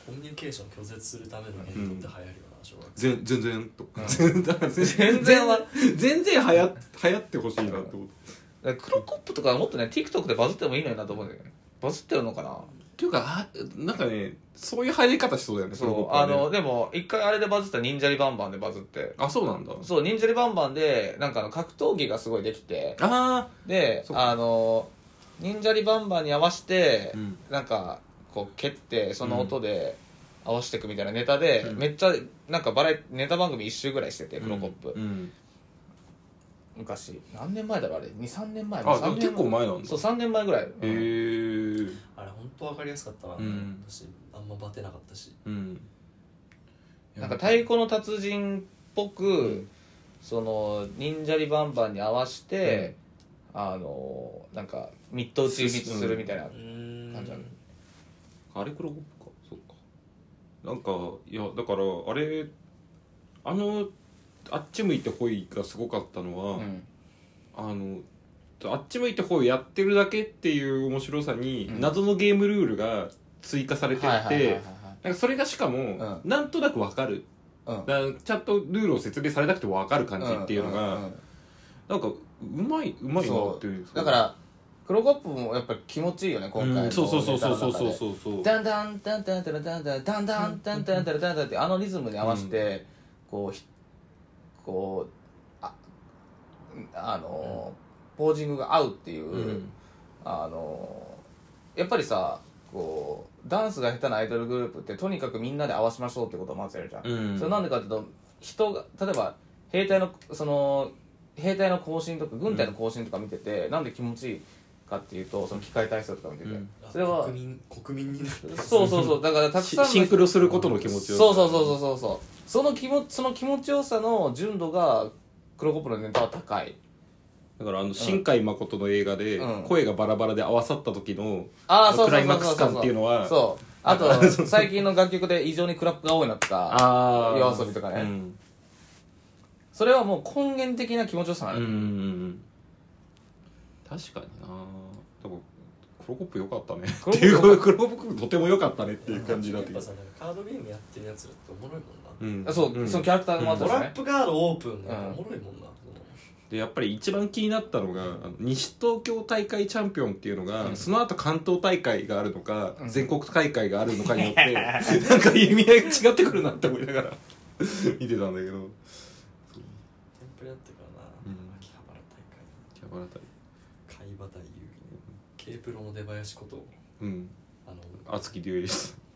D: コミュニケーション拒絶するための言動って流行るよな、小学生。
B: 全全然とか、
C: 全
B: 全
C: 然は
B: 全然はや流行ってほしいなって思って
C: クロコップとかもっとね TikTok でバズってもいいのになと思うんだよね。バズってるのかな。
B: っていうかあなんかねそういう入り方しそうだよね。
C: そうあのでも一回あれでバズった忍者リバンバンでバズって、
B: あそうなんだ。
C: そう忍者リバンバンでなんかあの格闘技がすごいできて、
B: あ
C: で
B: そっか
C: あの忍者リバンバンに合わせて、
B: うん、
C: なんかこう蹴ってその音で合わせていくみたいなネタで、うん、めっちゃなんかバラエネタ番組一周ぐらいしててクロコップ、
B: うんうん、
C: 昔何年前だろうあれ にさんねんまえ。
B: あ結構前なんだ。
C: そうさんねんまえぐらい。へ
B: えー、
D: あれ本当分かりやすかったな、うん、私あんまバテなかったし、うん、
C: なんか太鼓の達人っぽく、うん、その忍者リバンバンに合わせて、うん、あのなんかミット打ちするみたいな感じなの。
B: あれクロコップか。そうか。なんかいやだからあれあのあっち向いてホイがすごかったのは、うん、あのあっち向いてホイやってるだけっていう面白さに、うん、謎のゲームルールが追加されてってそれがしかも、うん、なんとなく分かる、うん、だちゃんとルールを説明されなくて分かる感じっていうのが、うんうんうん、なんかうまいうまいなっていう。
C: だからクロコップもやっぱり気持ちいいよね今回のネタの中で。
B: そうそうそうそうそうそうそう。
C: ダンダンダンダンダンダンダンダンダンダンダンダンダンダンってあのリズムに合わせてこうこうああのポージングが合うっていう、うん、あのやっぱりさこうダンスが下手なアイドルグループってとにかくみんなで合わせましょうってことをまずやるじゃん、うん、それなんでかっていうと人が例えば兵隊のその兵隊の行進とか軍隊の行進とか見てて、うん、なんで気持ちいいかっていうとその機械体操とか見てて、うん、それは
D: 国民国民になる
C: そうそうそうだからたくさん
B: シンクロすることの気持ちよさ、
C: そうそうそうそうそうそうその気もその気持ちよさの純度がクロコップのネタは高い。
B: だからあの新海誠の映画で声がバラバラで合わさった時の
C: ク
B: ライマックス感っていうのは
C: そうあと最近の楽曲で異常にクラップが多いなった夜遊びとかね、うん、それはもう根源的な気持ちよさなの、うんうんうん、
B: 確かにな。多分クロコップ良かったねっていうクロコップとても良かったねっていう感じだって。
D: やっぱさカードゲームやってるやつらっておもろいもんな、
C: うん、そう、うん、そのキャラクターもあったしね、
D: トラップカードオープンがおもろいもんな、
B: でやっぱり一番気になったのがあの西東京大会チャンピオンっていうのが、うん、その後関東大会があるのか、うん、全国大会があるのかによってなんか意味合いが違ってくるなって思いながら見てたんだけど。テン
D: プレやってからな、うん、秋葉原大会
B: 秋葉原大
D: 会海馬大遊戯 K プロの出囃子こと、
B: うん、あの熱きデュエリスト。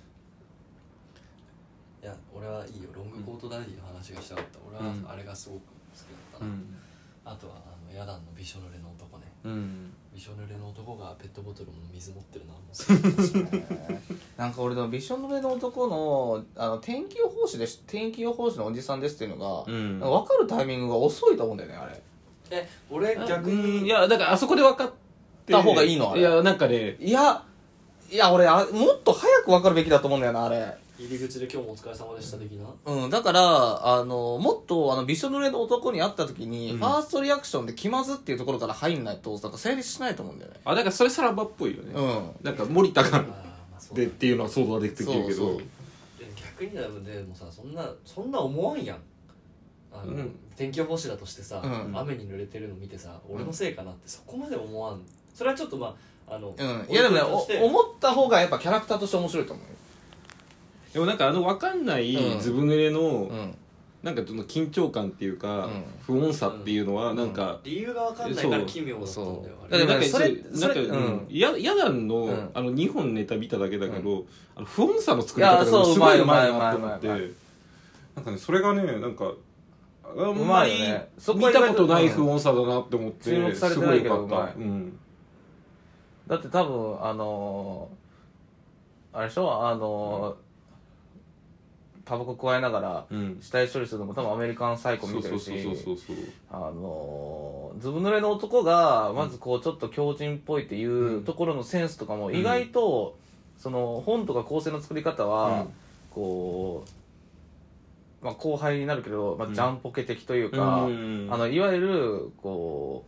D: いや俺はいいよロングコートダディの話がしたかった、うん、俺はあれがすごく好きだったな、うん、あとはあのヤダンのびしょ濡れの男ね、うん、びしょ濡れの男がペットボトルの水持ってるなもう
C: なんか俺のびしょ濡れの男のあの天気予報士で天気予報士のおじさんですっていうのが、うん、なんか分かるタイミングが遅いと思うんだよねあれ。
D: え俺逆に
B: いやだからあそこで分かった
C: 方がいいのあれ。
B: いやなんかね
C: いやいや俺あもっと早く分かるべきだと思うんだよなあれ。
D: 入り口で今日もお疲れ様でした的な。
C: うんだからあのもっとあのびしょ濡れの男に会った時に、うん、ファーストリアクションで気まずっていうところから入んないとなんか成立しないと思うんだよね。
B: あだからそれさらばっぽいよね。うんなんか森田がでっていうのは想像できてるけど、そうそう
D: 逆にでもさそんなそんな思わんやん。あの、うん、天気予報士だとしてさ、うん、雨に濡れてるの見てさ俺のせいかなってそこまで思わん。それはちょっとまああの、
C: うん、いやでもね思った方がやっぱキャラクターとして面白いと思うよ。
B: でもなんかあの分かんないずぶ濡れの、うん、なんかその緊張感っていうか、うん、不穏さっていうのはなんか、
D: うん、理由が分かんないから奇妙だったんだよ
B: あれ。だからそれなんかヤダンのあのにほんネタ見ただけだけど、うん、あの不穏さの作り方がすごいうまいなって思って、なんかねそれがねなんかあんまり見たことない不穏さだなって思って
C: 注目されてないけどうまい、うん、だって多分あのー、あれでしょあのータバコ加えながら死体処理するのも多分アメリカンサイコ見てるし、あのずぶ濡れの男がまずこうちょっと強靭っぽいっていうところのセンスとかも意外とその本とか構成の作り方はこう、まあ、後輩になるけど、まあ、ジャンポケ的というか、あのいわゆるこ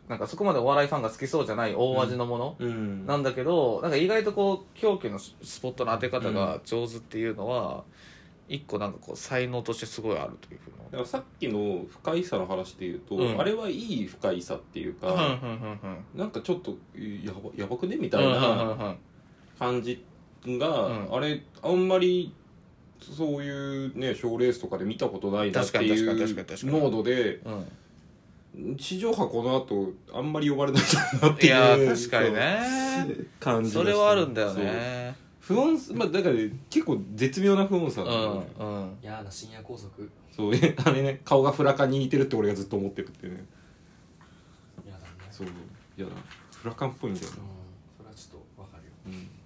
C: なんかそこまでお笑いファンが好きそうじゃない大味のもの、
B: うん
C: なんだけどなんか意外とこう狂気のスポットの当て方が上手っていうのは、一個なんかこう才能としてすごいあるというふうに
B: だからさっきの不快さの話で言うと、
C: うん
B: あれはいい不快さっていうか、
C: うんうんうん
B: なんかちょっとやばやばくねみた
C: うん
B: いな
C: うん
B: 感じが、
C: うん
B: あれあんまりそういうね賞レースとかで見たことないなってい
C: 確かに確か
B: う
C: に確かに
B: 濃度で
C: うん
B: 地上波この後あんまり呼ばれないんだなっていう
C: いやー確かにね
B: そう感じがした
C: それはあるんだよね
B: 不穏まあだから結構絶妙な不穏さ
C: う
B: なんだよね、
C: んうん
D: 嫌な深夜拘束
B: そうあれね顔がフラカンに似てるって俺がずっと思ってるっていうね
D: 嫌だね
B: そういやだフラカンっぽいんだよな
D: うんそれはちょっとわかるよ
B: うんね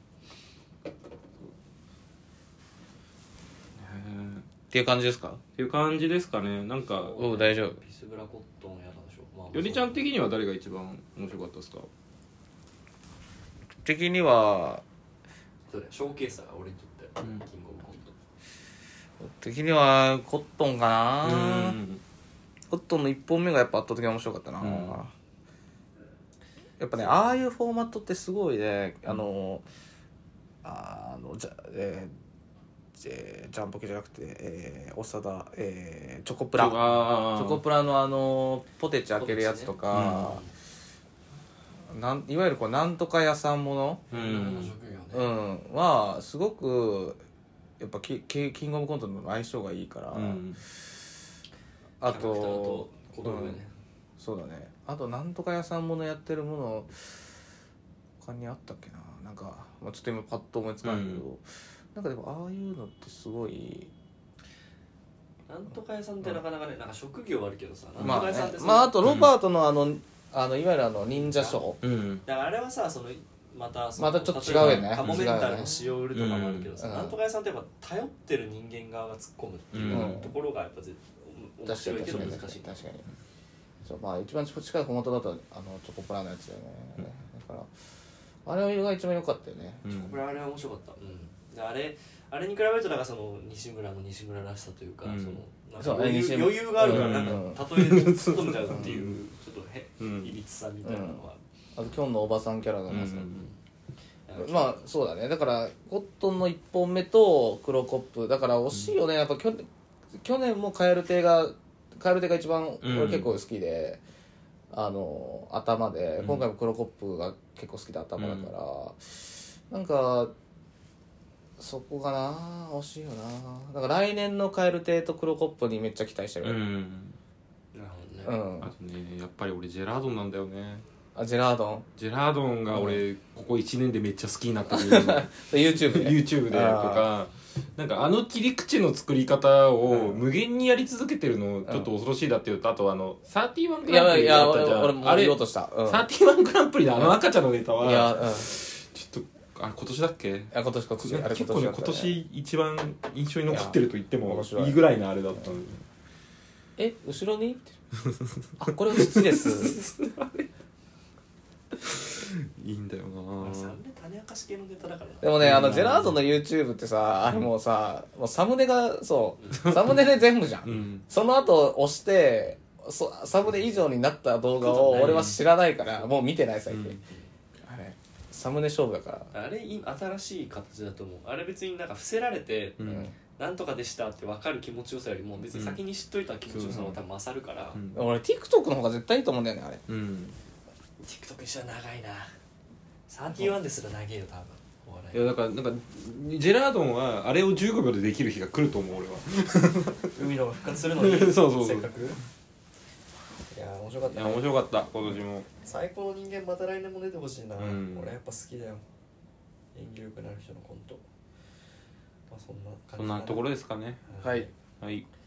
B: え
C: っていう感じですか
B: っていう感じですかねなんか
C: おう大丈夫
D: ピスブラコットン嫌だでしょ、まあ、
B: よりちゃん的には誰が一番面白かったですか
C: 的には
D: それショーケースが俺にとって、
B: うん
D: キングオブコント
C: 的にはコットンかな、
B: うん
C: コットンのいっぽんめがやっぱ圧倒的に面白かったな、
B: うん
C: やっぱねああいうフォーマットってすごいねあのあのじゃえーえージャンポケじゃなくて、えー、長田、えーチョコプラチ
B: あー
C: ョコプラのあのポテチ開けるやつとか、なんいわゆるこうなんとか屋さんもの、
B: う
D: うん
B: ん
D: 職業ね、
C: うん、はすごくやっぱキキキングオブコントの相性がいいから、
B: うん
C: あ
D: キャラクター
C: と
D: と小道具ね、
C: そうだねあとなんとか屋さんものやってるもの他にあったっけななんか、まあ、ちょっと今パッと思いつかないけど、
B: うん
C: なんかでもああいうのってすごい
D: なんとか屋さんってなかなかね、なんか職業はあるけどさ、なん
C: まあ、ね
D: とか屋さんって、さ、
C: まあ、あとロバートのあの、あのいわゆるあの忍者ショー
B: うん
D: だからあれはさ、そのまたその
C: またちょっと違うよね
D: 例えばカモメンタルの使用を売るとかもあるけどさ、
C: うん
D: なんとか屋さんってやっぱ頼ってる人間側が突っ込むっていう
C: うん
D: ところがやっぱぜ面
C: 確か
D: 白いけど
C: に確かに
D: 難しい。
C: 確かに確かにそうまあ一番近いフォーマットだとあのチョコプラのやつだよね、
B: うん
C: だからあれが一番良かったよね
B: うん
D: これあれは面白かった。うん。であれあれに比べるとなんかその西村の西村らしさというか、
B: うん
D: そのなん
C: そう
D: か余裕
C: 西村
D: 余裕があるから
B: うん
D: なんか例えで突っ込んじゃうっていうちょっとへ
B: うん
D: いびつさみたいなのは。
C: あと今日のおばさんキャラがまさに、
B: うん
C: まあそうだねだからコットンのいっぽんめと黒コップだから惜しいよねやっぱ去年去年もカエル亭がカエル亭が一番俺結構好きで、あの頭で、
B: うん
C: 今回も黒コップが結構好きで頭だから、なんかそこがな惜しいよなだから来年のカエル亭と黒コップにめっちゃ期待してる
B: うん
D: なるほどね。
C: うん、
B: あとねやっぱり俺ジェラードンなんだよね
C: あジェラードン
B: ジェラードンが俺ここいちねんでめっちゃ好きになった理由
C: YouTube で
B: YouTube でとかなんかあの切り口の作り方を無限にやり続けてるのちょっと恐ろしいだっていうとあとあのサーティワング
C: い
B: ランプリ
C: やいや
B: だったじゃん
C: 俺も
B: あれ
C: 言おうとした、うん、
B: サーティワングランプリであの赤ちゃんのネタはい
C: や、うん、
B: ちょっとあれ今年だっけ
C: あ今年今年あれ
B: 結構ね
C: だった
B: 今年一番印象に残ってると言っても
C: いや面白い
B: いいぐらいのあれだったの
C: え後ろにってあこれ父です
B: いいんだよな
D: あれサムネ種明かし系のネタだからな。
C: でもね、あの
B: うん
C: ジェラードンの YouTube ってさあれもうさもうサムネがそうサムネで全部じゃん、
B: うん
C: その後押してそサムネ以上になった動画を俺は知らないからもう見てない最近、
B: うん
C: あれサムネ勝負だから
D: あれい新しい形だと思う。あれ別になんか伏せられて、
B: う
C: うんん、
D: なんとかでしたって分かる気持ちよさよりも別に先に知っといた気持ちよさの方が多分勝るから、
B: うん
C: 俺 TikTok の方が絶対いいと思うんだよねあれ
B: うん
D: TikTok にしては長いな。サーティワンですら長いよ多分。お笑い
B: いやだからなんかジェラードンはあれをじゅうごびょうでできる日が来ると思う俺は
D: 海のが復活するのに
B: そうそうそう
D: せっかく。いやー面白かったね。
B: いや面白かった今年も
D: 最高の人間また来年も出てほしいな、
B: うん
D: 俺やっぱ好きだよ演技力のある人のコント。まあそんな感じ
B: そんなところですかね
C: はい
B: はい